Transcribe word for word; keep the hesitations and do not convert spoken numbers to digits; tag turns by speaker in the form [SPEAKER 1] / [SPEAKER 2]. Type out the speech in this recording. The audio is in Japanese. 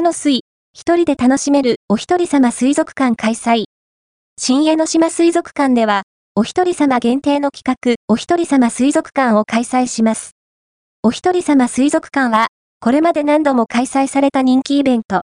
[SPEAKER 1] 江ノ水、一人で楽しめるお一人様水族館開催。新江ノ島水族館では、お一人様限定の企画、お一人様水族館を開催します。お一人様水族館は、これまで何度も開催された人気イベント。